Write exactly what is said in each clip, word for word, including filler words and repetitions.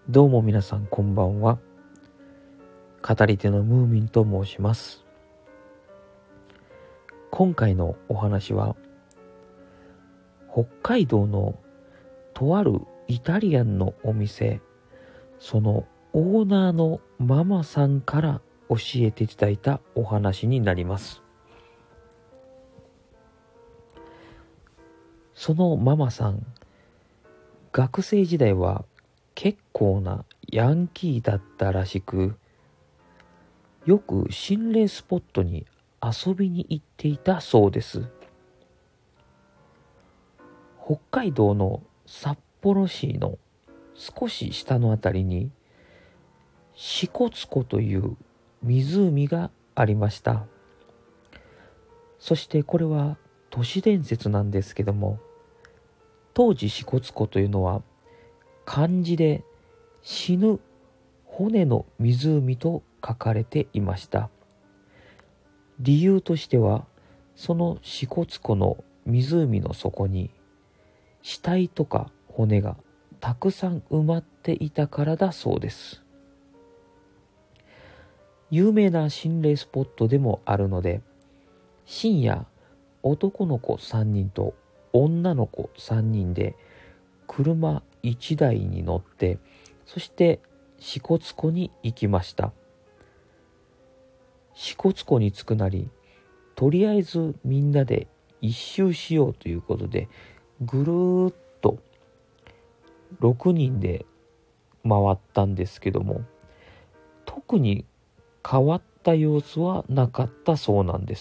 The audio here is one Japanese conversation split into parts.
どうも皆さんこんばんは。語り手のムーミンと申します。今回のお話は北海道のとあるイタリアンのお店、そのオーナーのママさんから教えていただいたお話になります。そのママさん、学生時代は結構なヤンキーだったらしく、よく心霊スポットに遊びに行っていたそうです。北海道の札幌市の少し下のあたりに支笏湖という湖がありました。そしてこれは都市伝説なんですけども、当時支笏湖というのは漢字で死ぬ骨の湖と書かれていました。理由としては、その支笏湖の湖の底に死体とか骨がたくさん埋まっていたからだそうです。有名な心霊スポットでもあるので、深夜男の子さんにんと女の子さんにんで車いちだいに乗って、そして支笏湖に行きました。支笏湖に着くなり、とりあえずみんなで一周しようということで、ぐるーっとろくにんで回ったんですけども、特に変わった様子はなかったそうなんです。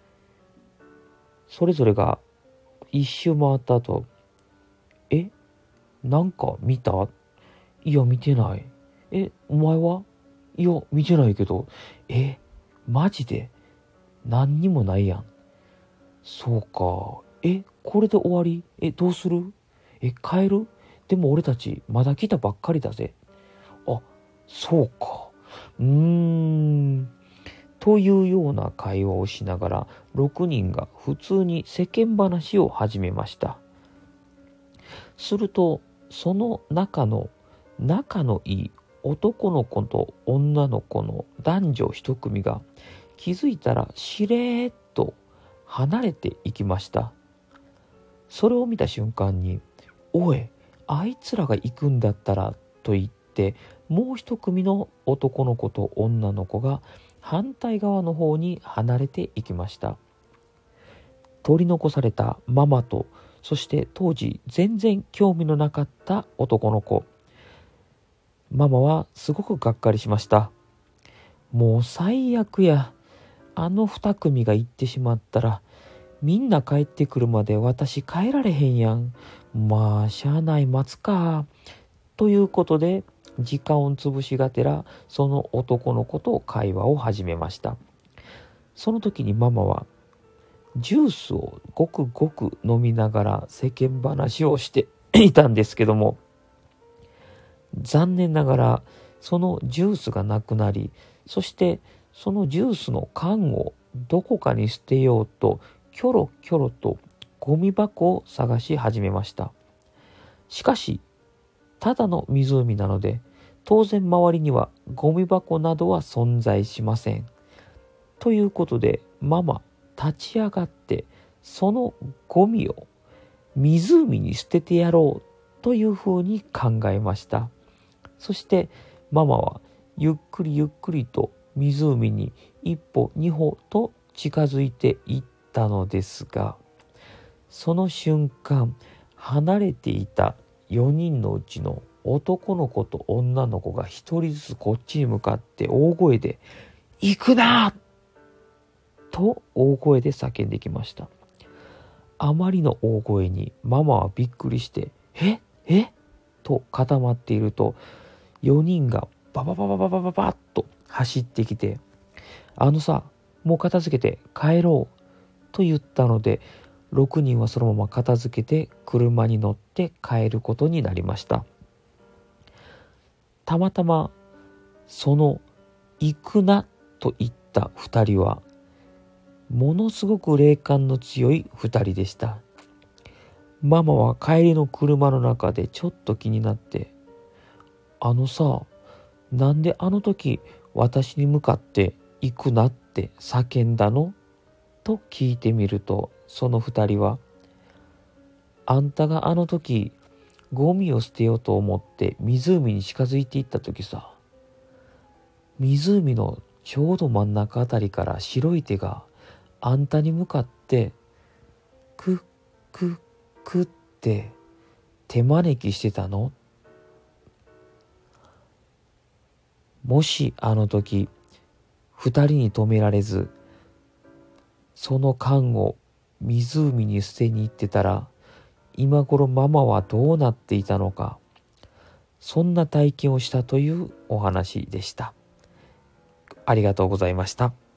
それぞれが一周回った後、え、なんか見た？いや見てない。え、お前は？いや見てないけど。え、マジで何にもないやん。そうか。え、これで終わり？え、どうする？え、帰る？でも俺たちまだ来たばっかりだぜ。あ、そうか。うーん。というような会話をしながら、ろくにんが普通に世間話を始めました。すると、その中の仲のいい男の子と女の子の男女一組が気づいたらしれーっと離れていきました。それを見た瞬間に、おい、あいつらが行くんだったらと言って、もう一組の男の子と女の子が反対側の方に離れていきました。取り残されたママと、そして当時全然興味のなかった男の子。ママはすごくがっかりしました。もう最悪や。あの二組が行ってしまったら、みんな帰ってくるまで私帰られへんやん。まあ、しゃあない待つか。ということで、時間を潰しがてら、その男の子と会話を始めました。その時にママは、ジュースをごくごく飲みながら世間話をしていたんですけども、残念ながらそのジュースがなくなり、そしてそのジュースの缶をどこかに捨てようとキョロキョロとゴミ箱を探し始めました。しかし、ただの湖なので、当然周りにはゴミ箱などは存在しません。ということで、ママ立ち上がってそのゴミを湖に捨ててやろうというふうに考えました。そしてママはゆっくりゆっくりと湖に一歩二歩と近づいていったのですが、その瞬間、離れていたよにんのうちの男の子と女の子が一人ずつこっちに向かって大声で、行くなと大声で叫んできました。あまりの大声にママはびっくりして、ええと固まっていると、よにんがババババババババッと走ってきて、あのさ、もう片付けて帰ろうと言ったので、ろくにんはそのまま片付けて車に乗って帰ることになりました。たまたまその行くなと言ったふたりはものすごく霊感の強いふたりでした。ママは帰りの車の中でちょっと気になって、 あのさ、なんであの時私に向かって行くなって叫んだのと聞いてみると、その二人は、あんたがあの時ゴミを捨てようと思って湖に近づいていった時さ、湖のちょうど真ん中あたりから白い手があんたに向かってクックックって手招きしてたの。もしあの時二人に止められずその缶を湖に捨てに行ってたら、今頃ママはどうなっていたのか、そんな体験をしたというお話でした。ありがとうございました。